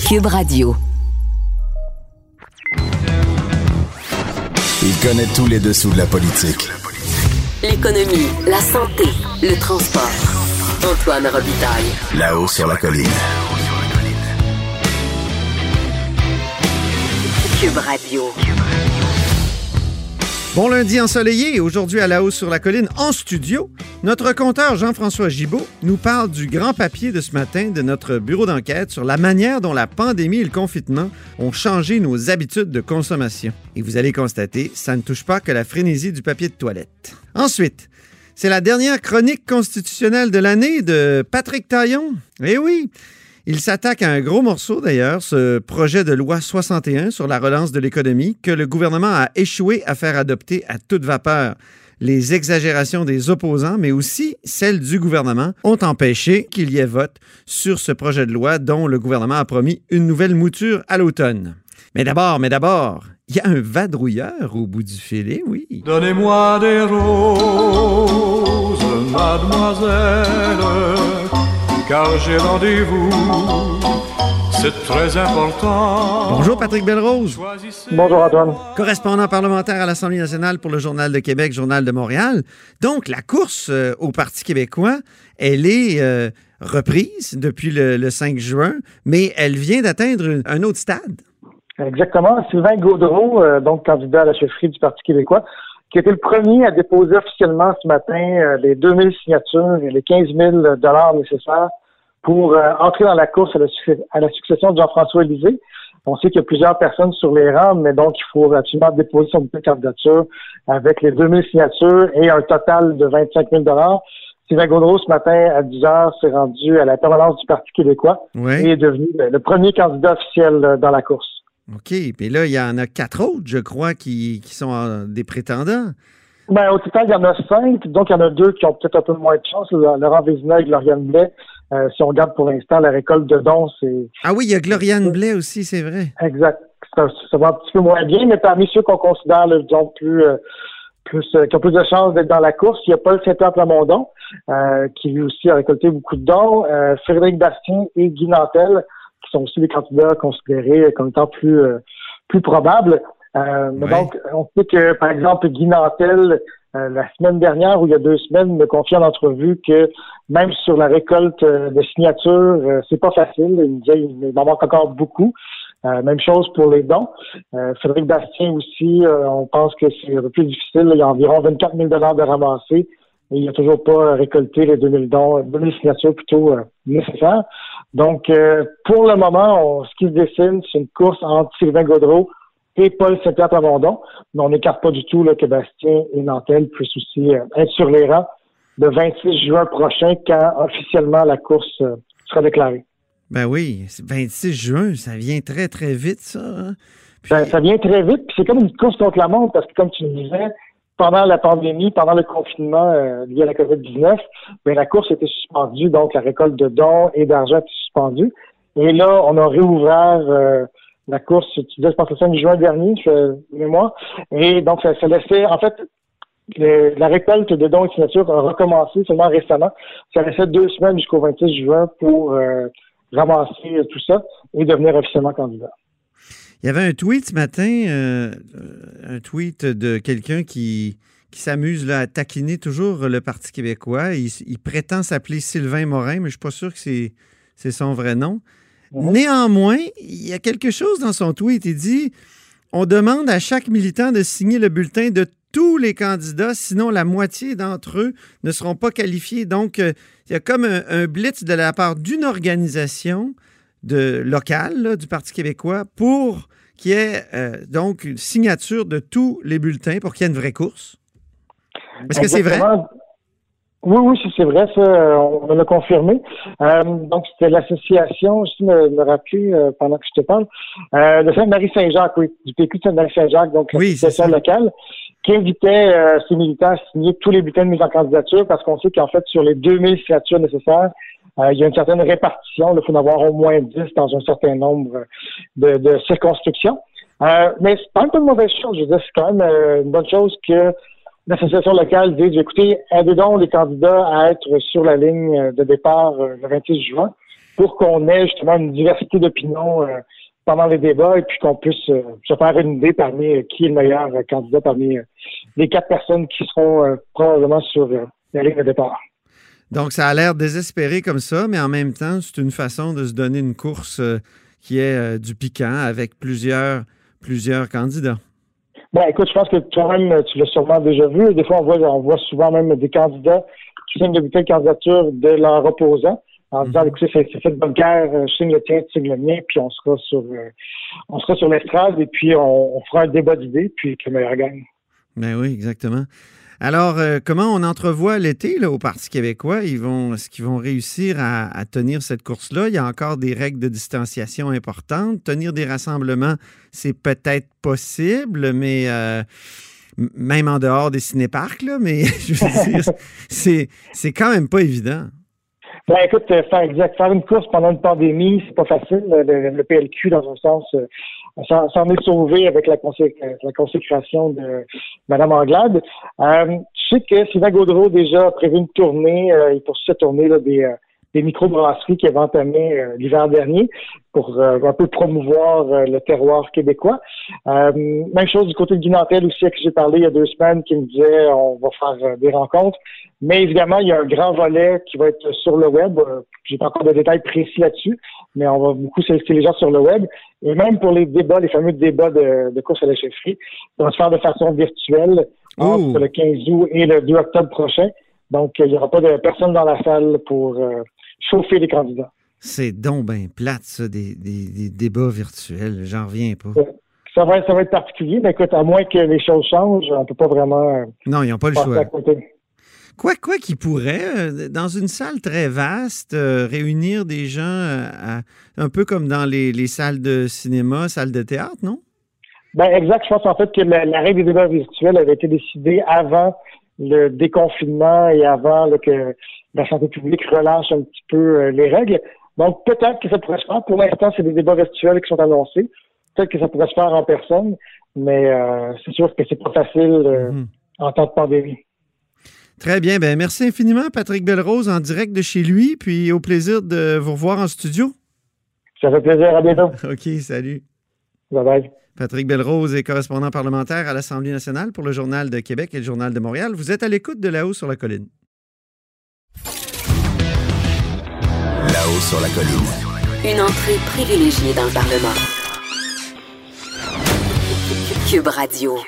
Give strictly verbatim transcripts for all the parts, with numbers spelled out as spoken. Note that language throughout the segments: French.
Cube Radio. Il connaît tous les dessous de la politique. L'économie, la santé, le transport. Antoine Robitaille. Là-haut sur la colline. Cube Radio. Bon lundi ensoleillé, aujourd'hui à La Hausse sur la colline, en studio, notre compteur Jean-François Gibault nous parle du grand papier de ce matin de notre bureau d'enquête sur la manière dont la pandémie et le confinement ont changé nos habitudes de consommation. Et vous allez constater, ça ne touche pas que la frénésie du papier de toilette. Ensuite, c'est la dernière chronique constitutionnelle de l'année de Patrick Taillon. Eh oui! Il s'attaque à un gros morceau, d'ailleurs, ce projet de loi soixante et un sur la relance de l'économie que le gouvernement a échoué à faire adopter à toute vapeur. Les exagérations des opposants, mais aussi celles du gouvernement, ont empêché qu'il y ait vote sur ce projet de loi dont le gouvernement a promis une nouvelle mouture à l'automne. Mais d'abord, mais d'abord, il y a un vadrouilleur au bout du filet, oui. Donnez-moi des roses, mademoiselle, car j'ai rendez-vous, c'est très important. Bonjour Patrick Belrose. Bonjour Antoine. Correspondant parlementaire à l'Assemblée nationale pour le Journal de Québec, Journal de Montréal. Donc, la course euh, au Parti québécois, elle est euh, reprise depuis le, le cinq juin, mais elle vient d'atteindre un autre stade. Exactement. Sylvain Gaudreault, euh, donc candidat à la chefferie du Parti québécois, qui était le premier à déposer officiellement ce matin euh, les deux mille signatures et les quinze mille dollars nécessaires pour euh, entrer dans la course à la, à la succession de Jean-François Lisée. On sait qu'il y a plusieurs personnes sur les rangs, mais donc il faut absolument déposer son bulletin de candidature avec les deux mille signatures et un total de vingt-cinq mille dollars. Sylvain Gaudreault, ce matin, à dix heures, s'est rendu à la permanence du Parti québécois oui. et est devenu le, le premier candidat officiel dans la course. OK. Puis là, il y en a quatre autres, je crois, qui, qui sont euh, des prétendants. Ben, au total, il y en a cinq. Donc, il y en a deux qui ont peut-être un peu moins de chance. Laurent Vézina et Gloriane Blais. Euh, si on regarde pour l'instant la récolte de dons, c'est... Ah oui, il y a Gloriane Blais aussi, c'est vrai. Exact. Ça, ça va un petit peu moins bien, mais parmi ceux qu'on considère, là, disons, plus... Euh, plus euh, qui ont plus de chances d'être dans la course, il y a Paul Saint-Pierre Plamondon, euh, qui lui aussi a récolté beaucoup de dons. Euh, Frédéric Bastien et Guy Nantel, qui sont aussi des candidats considérés comme étant plus euh, plus probables. Euh, ouais. Donc, on sait que, par exemple, Guy Nantel, euh, la semaine dernière ou il y a deux semaines, me confie en entrevue que même sur la récolte euh, de signatures, euh, c'est pas facile. Il me disait il m'en manque encore beaucoup. Euh, même chose pour les dons. Euh, Frédéric Bastien aussi, euh, on pense que c'est un peu plus difficile. Il y a environ vingt-quatre mille dollars de ramassés. Et il n'a toujours pas récolté les deux mille dons, deux mille signatures plutôt euh, nécessaires. Donc, euh, pour le moment, on, ce qui se dessine, c'est une course entre Sylvain Gaudreault et Paul Saint-Pierre Plamondon. Mais on n'écarte pas du tout là, que Bastien et Nantel puissent aussi euh, être sur les rangs le vingt-six juin prochain, quand officiellement la course euh, sera déclarée. Ben oui, vingt-six juin, ça vient très, très vite, ça. Hein? Puis... Ben, ça vient très vite, puis c'est comme une course contre la montre, parce que comme tu le disais, pendant la pandémie, pendant le confinement euh, lié à la covid dix-neuf, ben, la course était suspendue, donc la récolte de dons et d'argent était suspendue. Et là, on a réouvert euh, la course, tu disais, je pense, le cinq juin dernier, je fais mémoire. Et donc, ça, ça laissait, en fait, le, la récolte de dons et de signatures a recommencé seulement récemment. Ça laissait deux semaines jusqu'au vingt-six juin pour euh, ramasser tout ça et devenir officiellement candidat. Il y avait un tweet ce matin, euh, un tweet de quelqu'un qui, qui s'amuse là, à taquiner toujours le Parti québécois. Il, il prétend s'appeler Sylvain Morin, mais je ne suis pas sûr que c'est, c'est son vrai nom. Mm-hmm. Néanmoins, il y a quelque chose dans son tweet. Il dit « On demande à chaque militant de signer le bulletin de tous les candidats, sinon la moitié d'entre eux ne seront pas qualifiés. » Donc, euh, il y a comme un, un blitz de la part d'une organisation de local là, du Parti québécois pour qu'il y ait euh, donc une signature de tous les bulletins pour qu'il y ait une vraie course. Est-ce que c'est vrai? Oui, oui, c'est vrai, ça, on me l'a confirmé. Euh, donc, c'était l'association, je me, me rappeler euh, pendant que je te parle, euh, de Sainte-Marie-Saint-Jacques, oui, du P Q de Sainte-Marie-Saint-Jacques, donc oui, l'association locale, qui invitait euh, ses militants à signer tous les bulletins de mise en candidature, parce qu'on sait qu'en fait, sur les deux mille signatures nécessaires, euh, il y a une certaine répartition, il faut en avoir au moins dix dans un certain nombre de, de circonscriptions. Euh, mais c'est pas un peu de mauvaise chose, je veux dire, c'est quand même euh, une bonne chose que l'association locale dit, écoutez, aidez donc les candidats à être sur la ligne de départ le vingt-six juin. pour qu'on ait justement une diversité d'opinions euh, pendant les débats et puis qu'on puisse euh, se faire une idée parmi euh, qui est le meilleur euh, candidat parmi euh, les quatre personnes qui seront euh, probablement sur euh, la ligne de départ. Donc, ça a l'air désespéré comme ça, mais en même temps, c'est une façon de se donner une course euh, qui est euh, du piquant avec plusieurs, plusieurs candidats. Bon, écoute, je pense que toi-même, tu l'as sûrement déjà vu. Des fois, on voit, on voit souvent même des candidats qui signent de bulletins de candidature de leur opposant en disant, mm-hmm. écoutez, c'est, c'est fait de bonne guerre, je signe le tien, tu signes le mien, puis on sera sur euh, on sera sur l'estrade et puis on, on fera un débat d'idées, puis que le meilleur gagne. Ben oui, exactement. Alors, euh, comment on entrevoit l'été là, au Parti québécois? Ils vont, est-ce qu'ils vont réussir à, à tenir cette course-là? Il y a encore des règles de distanciation importantes. Tenir des rassemblements, c'est peut-être possible, mais euh, même en dehors des cinéparcs, là, mais je veux dire, c'est, c'est quand même pas évident. Ben écoute, faire exact, faire une course pendant une pandémie, c'est pas facile. Le, le P L Q, dans un sens, s'en, s'en est sauvé avec la, consé- la consécration de Mme Anglade. Euh, je sais que Sylvain Gaudreault déjà a prévu une tournée, euh, il poursuit cette tournée là, des, euh, des microbrasseries qu'il avait entamées euh, l'hiver dernier pour euh, un peu promouvoir euh, le terroir québécois. Euh, même chose du côté de Guy Nantel aussi, à qui j'ai parlé il y a deux semaines, qui me disait on va faire euh, des rencontres. Mais évidemment, il y a un grand volet qui va être sur le web. Euh, j'ai pas encore de détails précis là-dessus, mais on va beaucoup solliciter les gens sur le web. Et même pour les débats, les fameux débats de, de course à la chefferie, ça va se faire de façon virtuelle entre Ooh. le quinze août et le deux octobre prochain. Donc, il n'y aura pas de personne dans la salle pour euh, chauffer les candidats. C'est donc ben plate, ça, des, des, des débats virtuels. J'en reviens pas. Ça va, ça va être particulier, mais écoute, à moins que les choses changent, on ne peut pas vraiment... Euh, non, ils n'ont pas le choix. Quoi, quoi qu'ils pourraient, dans une salle très vaste, euh, réunir des gens à, à, un peu comme dans les, les salles de cinéma, salles de théâtre, non? Ben exact. Je pense en fait que la, la règle des débats virtuels avait été décidée avant le déconfinement et avant là, que la santé publique relâche un petit peu euh, les règles. Donc peut-être que ça pourrait se faire. Pour l'instant, c'est des débats virtuels qui sont annoncés. Peut-être que ça pourrait se faire en personne, mais euh, c'est sûr que c'est pas facile euh, mm-hmm. en temps de pandémie. Très bien. Ben merci infiniment, Patrick Belrose, en direct de chez lui, puis au plaisir de vous revoir en studio. Ça fait plaisir. À bientôt. OK, salut. Bye-bye. Patrick Belrose est correspondant parlementaire à l'Assemblée nationale pour le Journal de Québec et le Journal de Montréal. Vous êtes à l'écoute de Là-haut sur la colline. Là-haut sur la colline. Une entrée privilégiée dans le Parlement. Cube Radio.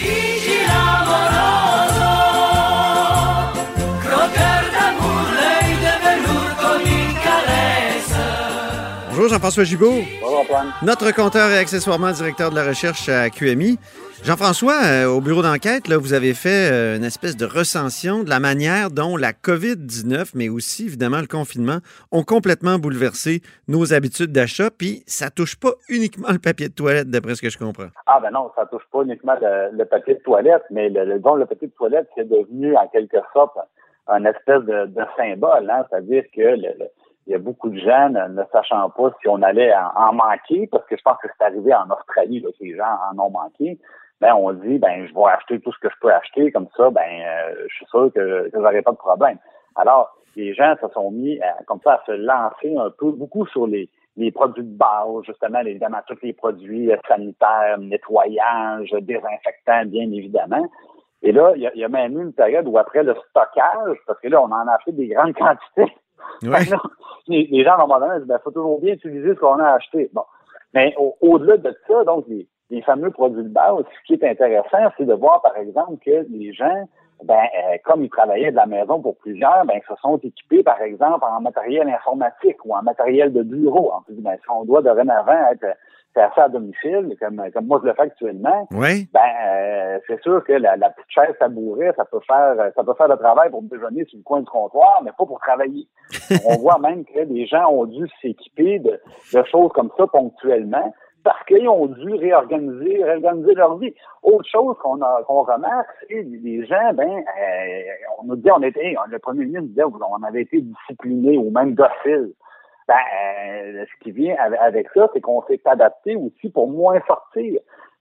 Bonjour Jean-François Gibault. Bonjour Antoine. Notre compteur et accessoirement directeur de la recherche à Q M I. Jean-François, euh, au bureau d'enquête, là, vous avez fait euh, une espèce de recension de la manière dont la covid dix-neuf, mais aussi évidemment le confinement, ont complètement bouleversé nos habitudes d'achat. Puis ça touche pas uniquement le papier de toilette, d'après ce que je comprends. Ah ben non, ça touche pas uniquement le, le papier de toilette, mais le, le, bon, le papier de toilette, c'est devenu en quelque sorte un espèce de, de symbole, hein? C'est-à-dire que le, le il y a beaucoup de gens ne, ne sachant pas si on allait en, en manquer, parce que je pense que c'est arrivé en Australie, là, que les gens en ont manqué. Ben, on dit, ben, je vais acheter tout ce que je peux acheter, comme ça, ben, euh, je suis sûr que, que j'aurai pas de problème. Alors, les gens se sont mis, à, comme ça, à se lancer un peu, beaucoup sur les, les produits de base, justement, évidemment, tous les produits sanitaires, nettoyage, désinfectants, bien évidemment. Et là, il y a, il y a même eu une période où après le stockage, parce que là, on en a acheté des grandes quantités. Ouais. Là, les, les gens, à un moment donné, disent, ben, faut toujours bien utiliser ce qu'on a acheté. Bon. Mais au, au-delà de ça, donc, les, les fameux produits de base, ce qui est intéressant, c'est de voir, par exemple, que les gens, ben, euh, comme ils travaillaient de la maison pour plusieurs, ben, se sont équipés, par exemple, en matériel informatique ou en matériel de bureau. En plus, ben, si on doit dorénavant être faire ça à domicile, comme, comme moi je le fais actuellement, oui. ben euh, c'est sûr que la, la petite chaise tabouret, ça peut faire ça peut faire le travail pour déjeuner sur le coin du comptoir, mais pas pour travailler. On voit même que les gens ont dû s'équiper de, de choses comme ça ponctuellement parce qu'ils ont dû réorganiser, réorganiser leur vie. Autre chose qu'on a qu'on remarque, c'est les gens, ben euh, on nous dit on était, le premier ministre disait on avait été disciplinés ou même dociles. Ben, euh, ce qui vient avec ça, c'est qu'on s'est adapté aussi pour moins sortir.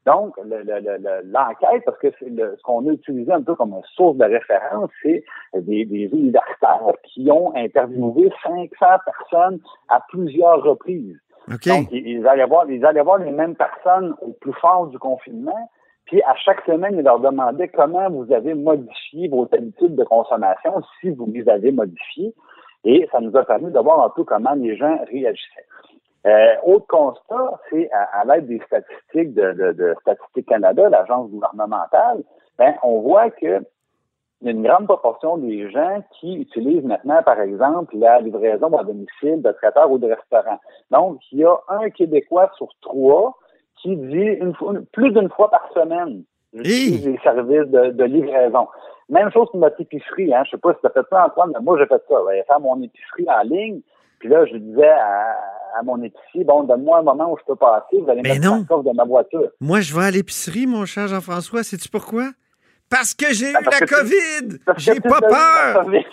Donc, le, le, le, l'enquête, parce que c'est le, ce qu'on a utilisé un peu comme source de référence, c'est des, des universitaires qui ont interviewé cinq cents personnes à plusieurs reprises. Okay. Donc, ils, ils, allaient voir, ils allaient voir les mêmes personnes au plus fort du confinement, puis à chaque semaine, ils leur demandaient comment vous avez modifié vos habitudes de consommation, si vous les avez modifiées, et ça nous a permis de voir un peu comment les gens réagissaient. Euh, autre constat, c'est à, à l'aide des statistiques de, de, de Statistique Canada, l'agence gouvernementale, ben, on voit que il y a une grande proportion des gens qui utilisent maintenant, par exemple, la livraison à domicile de traiteurs ou de restaurants. Donc, il y a un Québécois sur trois qui dit une fois, plus d'une fois par semaine, j'utilise les services de, de livraison. Même chose pour notre épicerie, hein. Je sais pas si tu as fait ça, Antoine, mais moi, j'ai fait ça. J'ai fait mon épicerie en ligne. Puis là, je disais à, à mon épicier, bon, donne-moi un moment où je peux passer, vous allez Mais mettre non. la coffre de ma voiture. Moi, je vais à l'épicerie, mon cher Jean-François. Sais-tu pourquoi? Parce que j'ai Ben, eu la COVID! J'ai pas peur! ben,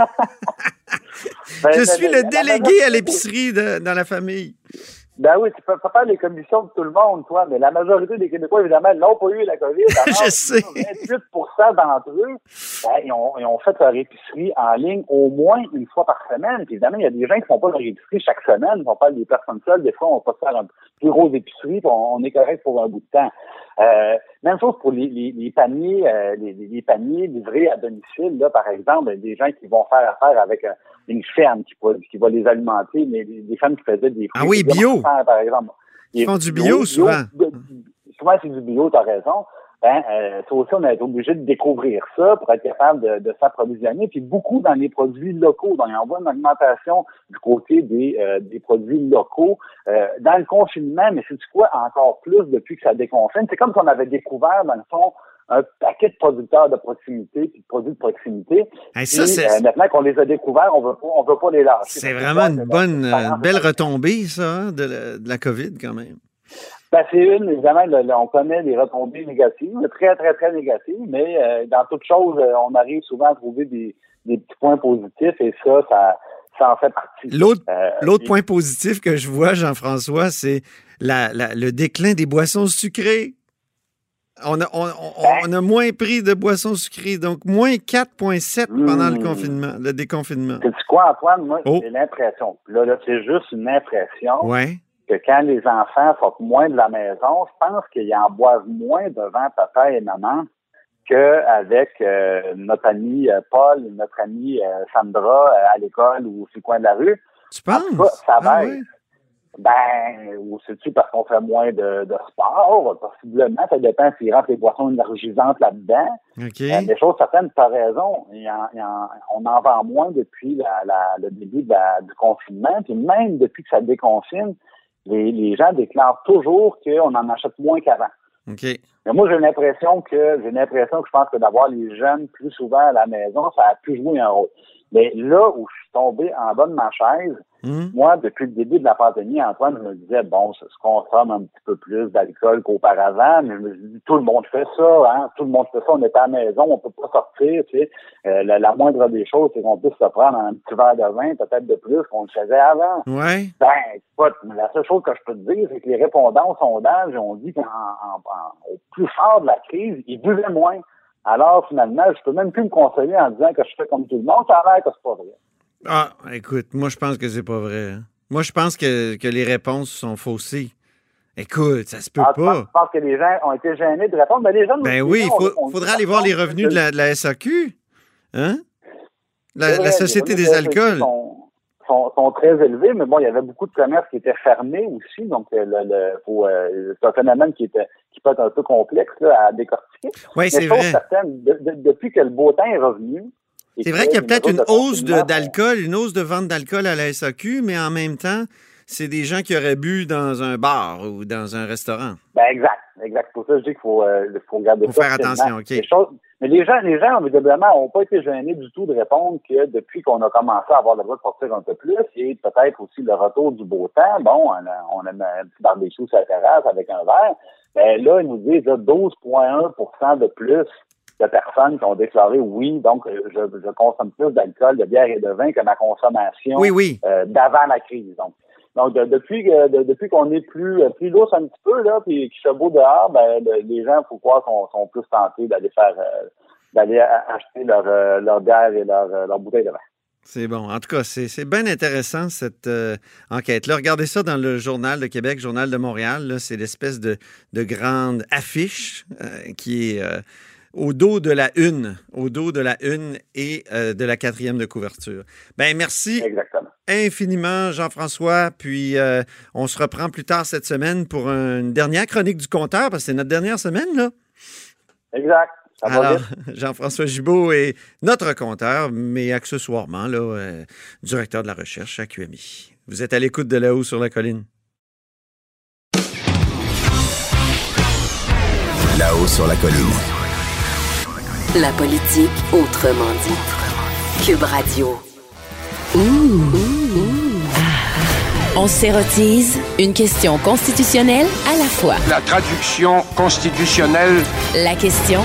Je ben, suis ben, le délégué à l'épicerie de, dans la famille. Ben oui, tu peux pas faire les commissions de tout le monde, toi, mais la majorité des Québécois, évidemment, n'ont pas eu la COVID. Alors, Je sais. vingt-huit pour cent d'entre eux, ben, ils, ont, ils ont fait leur épicerie en ligne au moins une fois par semaine. Puis évidemment, il y a des gens qui font pas leur épicerie chaque semaine. On parle des personnes seules. Des fois, on peut faire un plus gros épicerie, puis on, on est correct pour un bout de temps. Euh, même chose pour les, les, les paniers, euh, les, les paniers livrés à domicile, là, par exemple, des gens qui vont faire affaire avec un, une ferme qui, qui va les alimenter, mais des, des fermes qui faisaient des Ah oui, bio. Par exemple. Ils font du bio, bio souvent. Bio, souvent, c'est du bio, tu as raison. Ben, euh, ça aussi, on a été obligé de découvrir ça pour être capable de, de s'approvisionner. Puis beaucoup dans les produits locaux. Donc, on voit une augmentation du côté des, euh, des produits locaux. Euh, dans le confinement, mais c'est quoi encore plus depuis que ça déconfine? C'est comme si on avait découvert, dans le fond, un paquet de producteurs de proximité puis de produits de proximité. Hey, ça, et, c'est... Euh, maintenant qu'on les a découverts, on veut pas, on veut pas les lâcher. C'est vraiment une bonne, euh, belle retombée, ça, hein, de, la, de la COVID, quand même. Ben, c'est une, évidemment, le, le, on connaît les retombées négatives, très, très, très négatives, mais euh, dans toute chose, euh, on arrive souvent à trouver des, des petits points positifs et ça, ça, ça en fait partie. L'autre, euh, l'autre et... point positif que je vois, Jean-François, c'est la, la, le déclin des boissons sucrées. On a, on, on, on a moins pris de boissons sucrées, donc moins quatre virgule sept mmh. pendant le confinement, le déconfinement. C'est quoi, Antoine? Moi, oh. j'ai l'impression, là, là, c'est juste une impression ouais. que quand les enfants sortent moins de la maison, je pense qu'ils en boivent moins devant papa et maman qu'avec euh, notre ami euh, Paul, notre ami euh, Sandra euh, à l'école ou sur le coin de la rue. Tu penses? En tout cas, ça va ah, être. ouais. Ben, ou c'est-tu parce qu'on fait moins de, de sport? Possiblement, ça dépend s'il rentre les boissons énergisantes là-dedans. Okay. Euh, des choses certaines, tu as raison. Il y en, il y en, on en vend moins depuis la, la, le début de la, du confinement. Puis même depuis que ça déconfine, les, les gens déclarent toujours qu'on en achète moins qu'avant. Okay. Mais moi, j'ai l'impression que j'ai l'impression que je pense que d'avoir les jeunes plus souvent à la maison, ça a pu jouer un rôle. Mais là où je suis tombé en bas de ma chaise, mmh. moi, depuis le début de la pandémie, Antoine, je me disais, bon, ça se consomme un petit peu plus d'alcool qu'auparavant, mais je me dis, tout le monde fait ça, hein, tout le monde fait ça, on est à la maison, on peut pas sortir, tu sais. Euh, la, la moindre des choses, c'est qu'on puisse se prendre un petit verre de vin, peut-être de plus qu'on le faisait avant. Ouais. Ben, écoute, la seule chose que je peux te dire, c'est que les répondants au sondage ont dit qu'au plus fort de la crise, ils buvaient moins. Alors, finalement, je peux même plus me consoler en disant que je fais comme tout le monde. Ça a l'air que c'est pas vrai. Ah, écoute, moi, je pense que c'est pas vrai. Hein. Moi, je pense que, que les réponses sont faussées. Écoute, ça se peut ah, pas. Je pense que les gens ont été gênés de répondre. Mais les gens ben oui, il faut, faudra aller voir les revenus de la, de la S A Q. Hein? La, vrai, la Société des alcools. Sont, sont, sont très élevés, mais bon, il y avait beaucoup de commerces qui étaient fermés aussi. Donc, le, le, faut, euh, c'est un phénomène qui, était, qui peut être un peu complexe là, à décortiquer. Oui, c'est vrai. Certaines, de, de, depuis que le beau temps est revenu, c'est vrai qu'il y a peut-être une hausse de, d'alcool, une hausse de vente d'alcool à la S A Q, mais en même temps, c'est des gens qui auraient bu dans un bar ou dans un restaurant. Ben exact, exact. Pour ça, je dis qu'il faut, euh, faut regarder faut ça. Faut faire attention, OK. Choses, mais les gens, les gens, évidemment, n'ont pas été gênés du tout de répondre que depuis qu'on a commencé à avoir le droit de sortir un peu plus, et peut-être aussi le retour du beau temps, bon, on a, on a un petit barbecue sur la terrasse avec un verre, ben là, ils nous disent là, douze virgule un pour cent de plus de personnes qui ont déclaré oui, donc je, je consomme plus d'alcool, de bière et de vin que ma consommation oui, oui. Euh, d'avant la crise. Donc, Donc, de, depuis de, depuis qu'on est plus plus lousse un petit peu, là, puis qu'il fait beau dehors, ben, le, les gens, faut croire, sont, sont plus tentés d'aller faire, euh, d'aller acheter leur, euh, leur bière et leur, leur bouteille de vin. C'est bon. En tout cas, c'est, c'est bien intéressant, cette euh, enquête-là. Regardez ça dans le Journal de Québec, Journal de Montréal. Là, c'est l'espèce de, de grande affiche euh, qui est euh, au dos de la une, au dos de la une et euh, de la quatrième de couverture. Ben merci Exactement. infiniment, Jean-François. Puis, euh, on se reprend plus tard cette semaine pour une dernière chronique du compteur, parce que c'est notre dernière semaine, là. Exact. Ça va Alors, vite. Jean-François Gibault est notre compteur, mais accessoirement, là, euh, directeur de la recherche à Q M I. Vous êtes à l'écoute de Là-haut sur la colline. Là-haut sur la colline. La politique autrement dit. Cube Radio. On s'érotise une question constitutionnelle à la fois. La traduction constitutionnelle. La question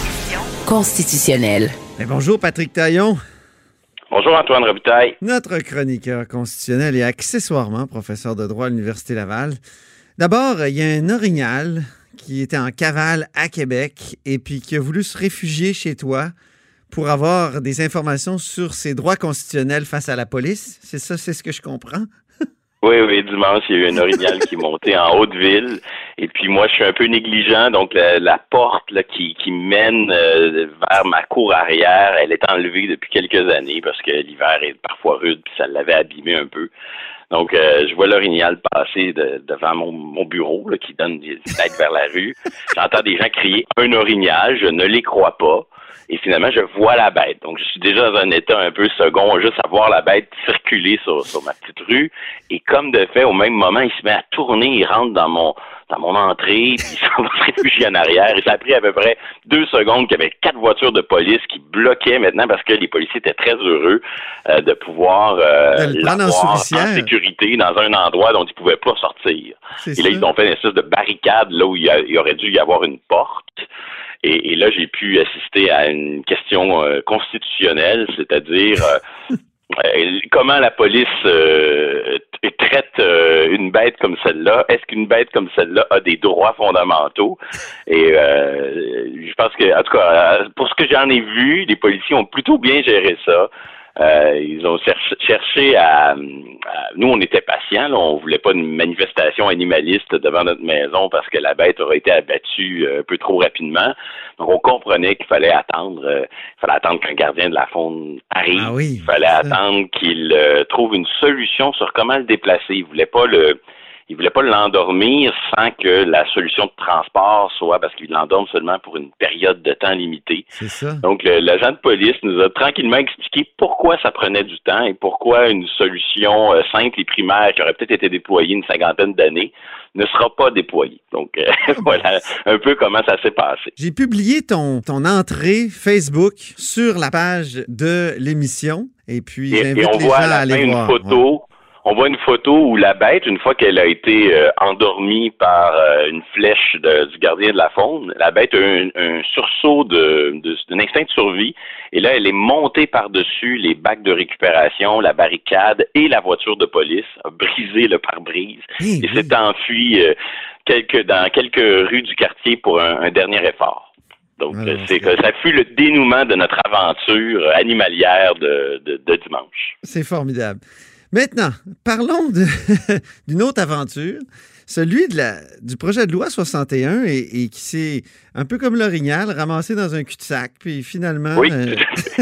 constitutionnelle. Mais bonjour, Patrick Taillon. Bonjour, Antoine Robitaille. Notre chroniqueur constitutionnel et accessoirement professeur de droit à l'Université Laval. D'abord, il y a un orignal qui était en cavale à Québec et puis qui a voulu se réfugier chez toi pour avoir des informations sur ses droits constitutionnels face à la police. C'est ça, c'est ce que je comprends? Oui, oui, dimanche, il y a eu un orignal qui est monté en Haute-Ville. Et puis moi, je suis un peu négligent, donc la, la porte là, qui, qui mène euh, vers ma cour arrière, elle est enlevée depuis quelques années parce que l'hiver est parfois rude, puis ça l'avait abîmé un peu. Donc, euh, je vois l'orignal passer de, devant mon, mon bureau, là, qui donne des têtes vers la rue. J'entends des gens crier « un orignal », je ne les crois pas. Et finalement, je vois la bête. Donc, je suis déjà dans un état un peu second, juste à voir la bête circuler sur, sur ma petite rue. Et comme de fait, au même moment, il se met à tourner, il rentre dans mon dans mon entrée, puis il s'en va se réfugier en arrière. Et ça a pris à peu près deux secondes qu'il y avait quatre voitures de police qui bloquaient maintenant parce que les policiers étaient très heureux euh, de pouvoir euh, de l'avoir en sécurité dans un endroit dont ils ne pouvaient pas sortir. C'est et là, ça. ils ont fait une espèce de barricade là où il, y a, il aurait dû y avoir une porte. Et, et là, j'ai pu assister à une question euh, constitutionnelle, c'est-à-dire euh, euh, comment la police euh, traite euh, une bête comme celle-là. Est-ce qu'une bête comme celle-là a des droits fondamentaux? Et euh, je pense que, en tout cas, pour ce que j'en ai vu, les policiers ont plutôt bien géré ça. Euh, ils ont cherché, cherché à, à... Nous, on était patients, là, on voulait pas une manifestation animaliste devant notre maison parce que la bête aurait été abattue un peu trop rapidement. Donc, on comprenait qu'il fallait attendre euh, il fallait attendre qu'un gardien de la faune arrive. Ah oui, il fallait ça. attendre qu'il euh, trouve une solution sur comment le déplacer. Il voulait pas le... Il voulait pas l'endormir sans que la solution de transport soit, parce qu'il l'endorme seulement pour une période de temps limitée. C'est ça. Donc, le, l'agent de police nous a tranquillement expliqué pourquoi ça prenait du temps et pourquoi une solution euh, simple et primaire qui aurait peut-être été déployée une cinquantaine d'années ne sera pas déployée. Donc, euh, voilà un peu comment ça s'est passé. J'ai publié ton, ton entrée Facebook sur la page de l'émission et puis Et, j'invite et on les voit gens à la à aller fin une voir. photo. Ouais. On voit une photo où la bête, une fois qu'elle a été euh, endormie par euh, une flèche de, du gardien de la faune, la bête a eu un, un sursaut de, de, d'un instinct de survie. Et là, elle est montée par-dessus les bacs de récupération, la barricade et la voiture de police, a brisé le pare-brise Hey, et oui. s'est enfuie euh, quelques, dans quelques rues du quartier pour un, un dernier effort. Donc, Alors, c'est c'est- que ça fut le dénouement de notre aventure animalière de, de, de dimanche. C'est formidable. Maintenant, parlons de, d'une autre aventure, celui de la, du projet de loi soixante et un et, et qui s'est, un peu comme l'orignal, ramassé dans un cul-de-sac, puis finalement... Oui. euh,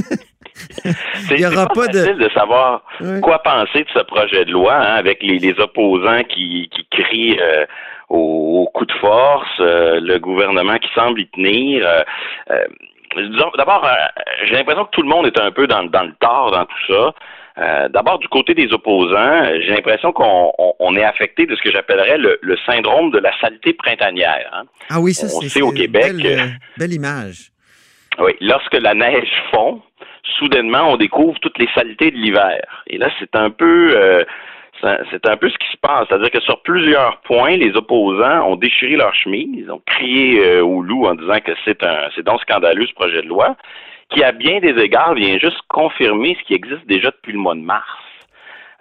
C'est il y aura c'est pas pas de- facile de savoir Ouais. quoi penser de ce projet de loi, hein, avec les, les opposants qui, qui crient euh, au, au coup de force, euh, le gouvernement qui semble y tenir. Euh, euh, disons, d'abord, euh, j'ai l'impression que tout le monde est un peu dans, dans le tort dans tout ça. Euh, d'abord, du côté des opposants, j'ai l'impression qu'on on, on est affecté de ce que j'appellerais le, le syndrome de la saleté printanière. Hein. Ah oui, ça, On c'est, sait au c'est Québec, Une belle, euh, euh, belle image. Oui, lorsque la neige fond, soudainement, on découvre toutes les saletés de l'hiver. Et là, c'est un peu, euh, c'est, c'est un peu ce qui se passe. C'est-à-dire que sur plusieurs points, les opposants ont déchiré leur chemise, ont crié euh, au loup en disant que c'est un, c'est donc scandaleux ce projet de loi, qui à bien des égards vient juste confirmer ce qui existe déjà depuis le mois de mars.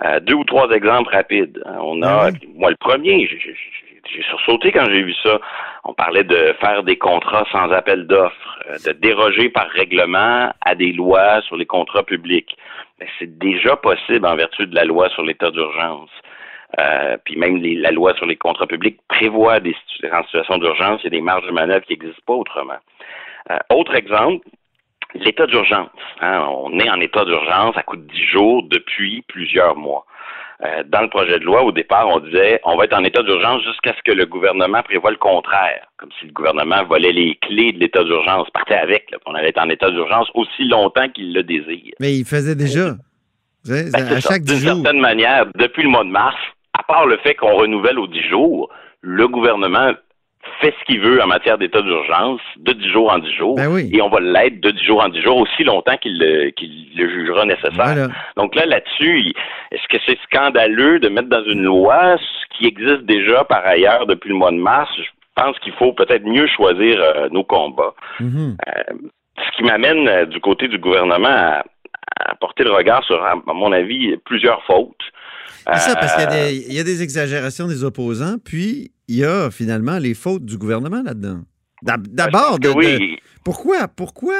Euh, deux ou trois exemples rapides. On a, oui. moi le premier, j'ai, j'ai, j'ai sursauté quand j'ai vu ça. On parlait de faire des contrats sans appel d'offres, euh, de déroger par règlement à des lois sur les contrats publics. Mais c'est déjà possible en vertu de la loi sur l'état d'urgence. Euh, puis même les, la loi sur les contrats publics prévoit des en situation d'urgence, il y a des marges de manœuvre qui n'existent pas autrement. Euh, autre exemple, l'état d'urgence. Hein, on est en état d'urgence à coup de dix jours depuis plusieurs mois. Euh, dans le projet de loi, au départ, on disait on va être en état d'urgence jusqu'à ce que le gouvernement prévoie le contraire. Comme si le gouvernement volait les clés de l'état d'urgence, partait avec. Là, on allait être en état d'urgence aussi longtemps qu'il le désire. Mais il faisait déjà. Ben, à ça. chaque dix D'une jours. certaine manière, depuis le mois de mars, à part le fait qu'on renouvelle aux dix jours, le gouvernement fait ce qu'il veut en matière d'état d'urgence de dix jours en dix jours. Ben oui. Et on va l'être de dix jours en dix jours aussi longtemps qu'il le, qu'il le jugera nécessaire. Voilà. Donc là, là-dessus, il, est-ce que c'est scandaleux de mettre dans une loi ce qui existe déjà par ailleurs depuis le mois de mars? Je pense qu'il faut peut-être mieux choisir euh, nos combats. Mm-hmm. Euh, ce qui m'amène euh, du côté du gouvernement à, à porter le regard sur, à mon avis, plusieurs fautes. C'est ça, parce qu'il y a, des, il y a des exagérations des opposants, puis il y a finalement les fautes du gouvernement là-dedans. D'abord, de, oui. de, pourquoi, pourquoi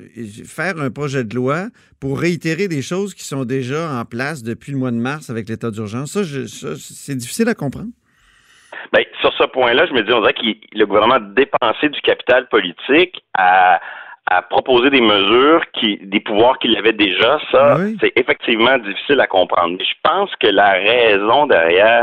faire un projet de loi pour réitérer des choses qui sont déjà en place depuis le mois de mars avec l'état d'urgence? Ça, je, ça c'est difficile à comprendre. Bien, sur ce point-là, je me dis, on dirait que le gouvernement a dépensé du capital politique à... à proposer des mesures, qui, des pouvoirs qu'il avait déjà, ça, oui. C'est effectivement difficile à comprendre. Mais je pense que la raison derrière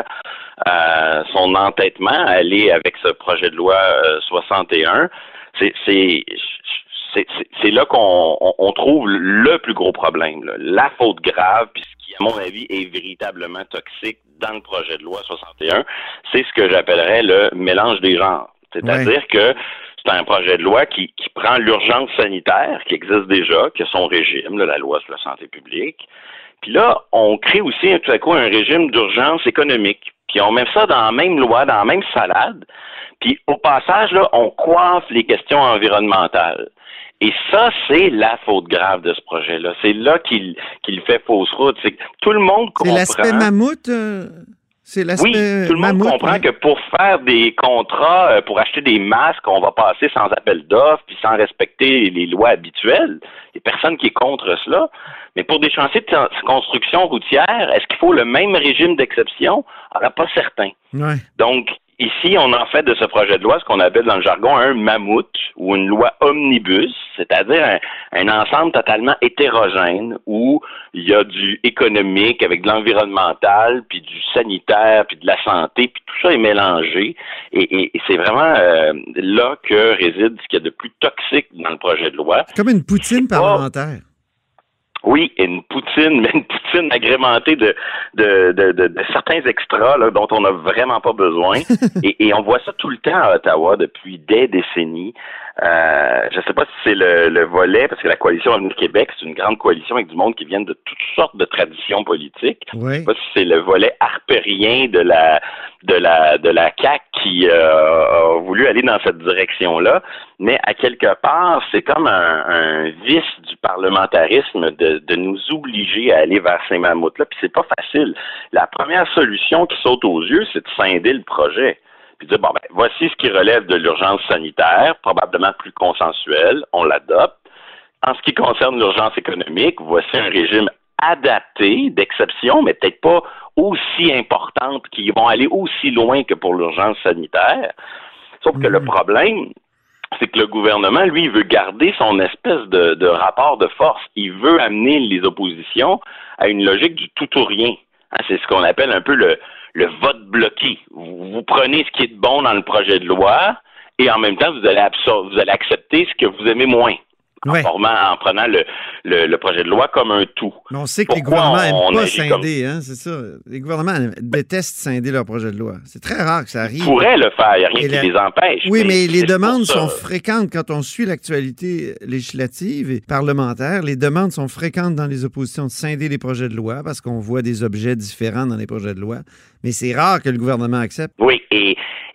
euh, son entêtement à aller avec ce projet de loi euh, soixante et un, c'est, c'est, c'est, c'est, c'est là qu'on on, on trouve le plus gros problème, là, la faute grave, puis ce qui, à mon avis, est véritablement toxique dans le projet de loi soixante et un, c'est ce que j'appellerais le mélange des genres. C'est-à-dire oui. que c'est un projet de loi qui, qui prend l'urgence sanitaire, qui existe déjà, qui a son régime, là, la loi sur la santé publique. Puis là, on crée aussi tout à coup un régime d'urgence économique. Puis on met ça dans la même loi, dans la même salade. Puis au passage, là, on coiffe les questions environnementales. Et ça, c'est la faute grave de ce projet-là. C'est là qu'il, qu'il fait fausse route. C'est que tout le monde comprend... C'est l'aspect mammouth... Euh... C'est oui, tout le monde comprend oui. que pour faire des contrats, euh, pour acheter des masques, on va passer sans appel d'offres puis sans respecter les lois habituelles. Il n'y a personne qui est contre cela. Mais pour des chantiers de t- construction routière, est-ce qu'il faut le même régime d'exception? Alors, pas certain. Ouais. Donc, ici, on en fait de ce projet de loi ce qu'on appelle dans le jargon un mammouth ou une loi omnibus, c'est-à-dire un, un ensemble totalement hétérogène où il y a du économique avec de l'environnemental, puis du sanitaire, puis de la santé, puis tout ça est mélangé. Et, et, et c'est vraiment euh, là que réside ce qu'il y a de plus toxique dans le projet de loi. Comme une poutine parlementaire. Oui, une poutine, mais une poutine agrémentée de, de, de, de, de certains extras là, dont on n'a vraiment pas besoin. et, et on voit ça tout le temps à Ottawa depuis des décennies. Euh, je ne sais pas si c'est le, le volet, parce que la coalition Avenir Québec, c'est une grande coalition avec du monde qui viennent de toutes sortes de traditions politiques. Oui. Je ne sais pas si c'est le volet harpérien de la de la de la C A Q qui euh, a voulu aller dans cette direction-là. Mais à quelque part, c'est comme un, un vice du parlementarisme de, de nous obliger à aller vers ces mammouths-là. Puis c'est pas facile. La première solution qui saute aux yeux, c'est de scinder le projet. Puis dire, bon, ben, voici ce qui relève de l'urgence sanitaire, probablement plus consensuel, on l'adopte. En ce qui concerne l'urgence économique, voici un régime adapté, d'exception, mais peut-être pas aussi importante, qui vont aller aussi loin que pour l'urgence sanitaire. Sauf que mmh. le problème, c'est que le gouvernement, lui, il veut garder son espèce de, de rapport de force. Il veut amener les oppositions à une logique du tout ou rien. Hein, c'est ce qu'on appelle un peu le, le vote bloqué. Vous, vous prenez ce qui est bon dans le projet de loi et en même temps, vous allez, absor- vous allez accepter ce que vous aimez moins. En, ouais. formant, en prenant le, le, le projet de loi comme un tout. Mais on sait que Pourquoi les gouvernements n'aiment pas scinder, comme... hein, c'est ça. Les gouvernements détestent scinder leur projet de loi. C'est très rare que ça arrive. Ils pourraient le faire, il n'y a rien et qui la... les empêche. Oui, mais, mais les demandes sont fréquentes quand on suit l'actualité législative et parlementaire. Les demandes sont fréquentes dans les oppositions de scinder les projets de loi parce qu'on voit des objets différents dans les projets de loi. Mais c'est rare que le gouvernement accepte. Oui, et,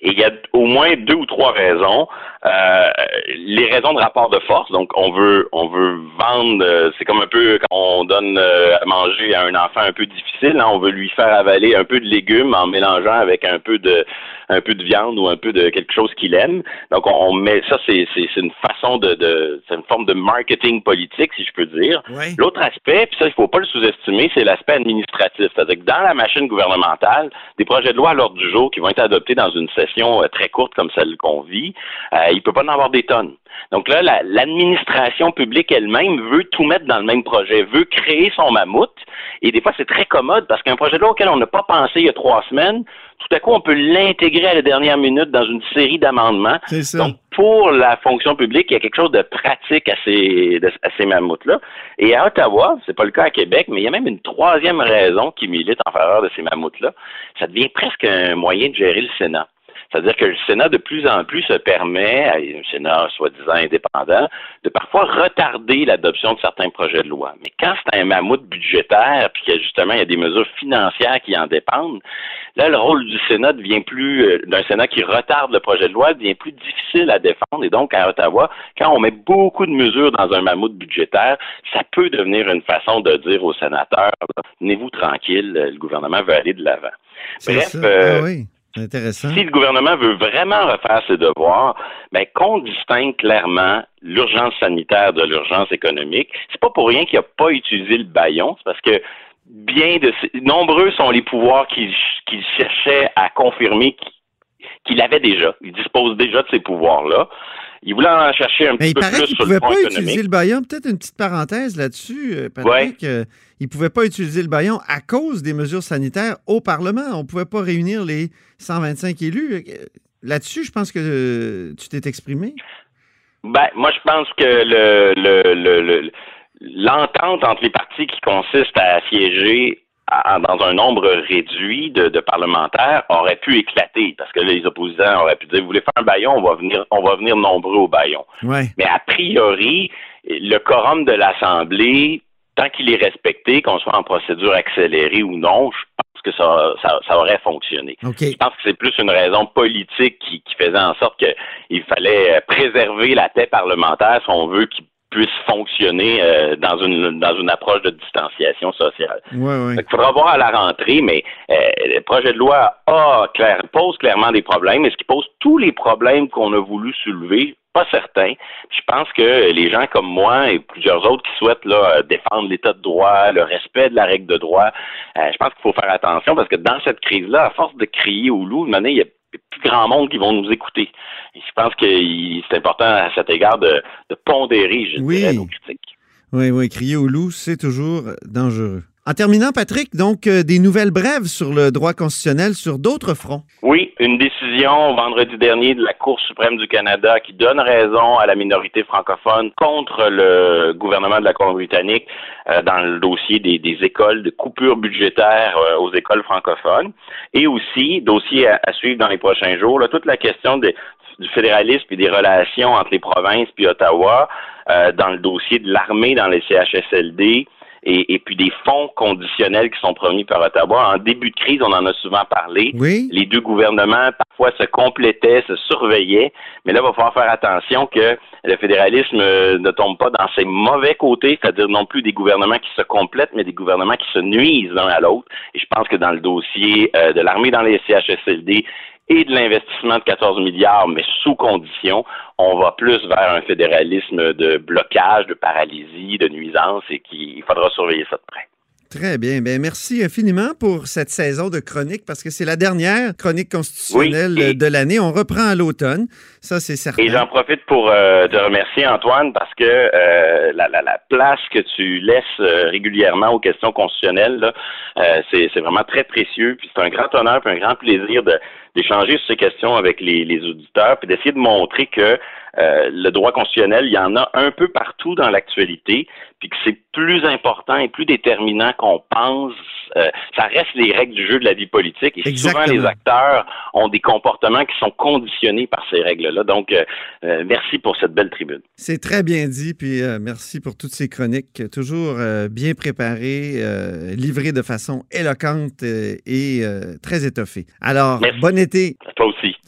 Et il y a au moins deux ou trois raisons. Euh, les raisons de rapport de force, donc on veut on veut vendre, euh, c'est comme un peu quand on donne euh, à manger à un enfant un peu difficile, hein, on veut lui faire avaler un peu de légumes en mélangeant avec un peu de un peu de viande ou un peu de quelque chose qu'il aime. Donc on, on met ça, c'est, c'est c'est une façon de, de c'est une forme de marketing politique, si je peux dire. Oui. L'autre aspect, puis ça il faut pas le sous-estimer, c'est l'aspect administratif, c'est-à-dire que dans la machine gouvernementale, des projets de loi à l'ordre du jour qui vont être adoptés dans une session euh, très courte comme celle qu'on vit, euh, il peut pas en avoir des tonnes. Donc là, la, l'administration publique elle-même veut tout mettre dans le même projet, veut créer son mammouth, et des fois c'est très commode parce qu'un projet de loi auquel on n'a pas pensé il y a trois semaines, tout à coup on peut l'intégrer à la dernière minute dans une série d'amendements. C'est ça. Donc pour la fonction publique, il y a quelque chose de pratique à ces, de, à ces mammouths-là. Et à Ottawa, c'est pas le cas à Québec, mais il y a même une troisième raison qui milite en faveur de ces mammouths-là. Ça devient presque un moyen de gérer le Sénat. C'est-à-dire que le Sénat, de plus en plus, se permet, un Sénat soi-disant indépendant, de parfois retarder l'adoption de certains projets de loi. Mais quand c'est un mammouth budgétaire, puis que justement, il y a des mesures financières qui en dépendent, là, le rôle du Sénat devient plus, euh, d'un Sénat qui retarde le projet de loi, devient plus difficile à défendre. Et donc, à Ottawa, quand on met beaucoup de mesures dans un mammouth budgétaire, ça peut devenir une façon de dire aux sénateurs, tenez-vous tranquille, le gouvernement veut aller de l'avant. C'est Bref, ça. euh, Ah oui. Intéressant. Si le gouvernement veut vraiment refaire ses devoirs, ben qu'on distingue clairement l'urgence sanitaire de l'urgence économique. C'est pas pour rien qu'il n'a pas utilisé le bâillon, c'est parce que bien de nombreux sont les pouvoirs qu'il, qu'il cherchait à confirmer qu'il avait déjà. Il dispose déjà de ces pouvoirs-là. Il voulait en chercher un Mais petit peu plus qu'il sur le front front économique. Il ne pouvait pas économique. utiliser le bâillon. Peut-être une petite parenthèse là-dessus, Patrick. Ouais. Euh, il ne pouvait pas utiliser le bâillon à cause des mesures sanitaires au Parlement. On ne pouvait pas réunir les cent vingt-cinq élus. Là-dessus, je pense que euh, tu t'es exprimé. Ben, moi, je pense que le, le, le, le l'entente entre les partis qui consiste à siéger à, dans un nombre réduit de, de parlementaires aurait pu éclater parce que là, les opposants auraient pu dire, vous voulez faire un bâillon, on va venir, on va venir nombreux au bâillon. Ouais. Mais a priori, le quorum de l'Assemblée, tant qu'il est respecté, qu'on soit en procédure accélérée ou non, je pense que ça, ça, ça aurait fonctionné. Okay. Je pense que c'est plus une raison politique qui, qui faisait en sorte qu'il fallait préserver la paix parlementaire si on veut qu'il puisse fonctionner euh, dans une dans une approche de distanciation sociale. Ouais, ouais. Il faudra voir à la rentrée, mais euh, le projet de loi a clair, pose clairement des problèmes. Est-ce qu'il pose tous les problèmes qu'on a voulu soulever? Pas certain. Je pense que les gens comme moi et plusieurs autres qui souhaitent là défendre l'état de droit, le respect de la règle de droit, euh, je pense qu'il faut faire attention parce que dans cette crise-là, à force de crier au loup, une année, il y a plus grand monde qui vont nous écouter. Et je pense que c'est important à cet égard de, de pondérer, je oui. dirais, nos critiques. Oui, oui, crier au loup, c'est toujours dangereux. En terminant, Patrick, donc, euh, des nouvelles brèves sur le droit constitutionnel sur d'autres fronts. Oui, une décision vendredi dernier de la Cour suprême du Canada qui donne raison à la minorité francophone contre le gouvernement de la Colombie-Britannique euh, dans le dossier des, des écoles, de coupures budgétaires euh, aux écoles francophones. Et aussi, dossier à, à suivre dans les prochains jours, là, toute la question des du fédéralisme et des relations entre les provinces puis Ottawa euh, dans le dossier de l'armée dans les C H S L D et, et puis des fonds conditionnels qui sont promis par Ottawa. En début de crise, on en a souvent parlé. Oui. Les deux gouvernements parfois se complétaient, se surveillaient, mais là, il va falloir faire attention que le fédéralisme euh, ne tombe pas dans ses mauvais côtés, c'est-à-dire non plus des gouvernements qui se complètent, mais des gouvernements qui se nuisent l'un à l'autre. Et je pense que dans le dossier euh, de l'armée dans les C H S L D et de l'investissement de quatorze milliards, mais sous condition, on va plus vers un fédéralisme de blocage, de paralysie, de nuisance, et qu'il faudra surveiller ça de près. Très bien. Bien, merci infiniment pour cette saison de chronique, parce que c'est la dernière chronique constitutionnelle oui, et, de l'année. On reprend à l'automne, ça c'est certain. Et j'en profite pour euh, te remercier, Antoine, parce que euh, la, la, la place que tu laisses euh, régulièrement aux questions constitutionnelles, là, euh, c'est, c'est vraiment très précieux, puis c'est un grand honneur, puis un grand plaisir de d'échanger sur ces questions avec les, les auditeurs, puis d'essayer de montrer que euh, le droit constitutionnel, il y en a un peu partout dans l'actualité, puis que c'est plus important et plus déterminant qu'on pense. Euh, ça reste les règles du jeu de la vie politique, et Exactement. Souvent les acteurs ont des comportements qui sont conditionnés par ces règles-là. Donc, euh, euh, merci pour cette belle tribune. C'est très bien dit, puis euh, merci pour toutes ces chroniques, toujours euh, bien préparées, euh, livrées de façon éloquente euh, et euh, très étoffée. Alors, merci. Bon été. À toi aussi.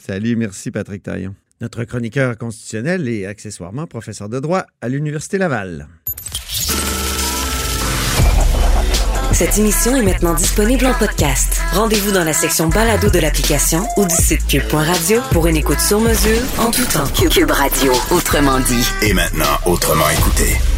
Salut, merci Patrick Taillon. Notre chroniqueur constitutionnel et accessoirement professeur de droit à l'Université Laval. Cette émission est maintenant disponible en podcast. Rendez-vous dans la section balado de l'application ou du site cube point radio pour une écoute sur mesure en tout temps. Cube Radio, autrement dit. Et maintenant, autrement écouté.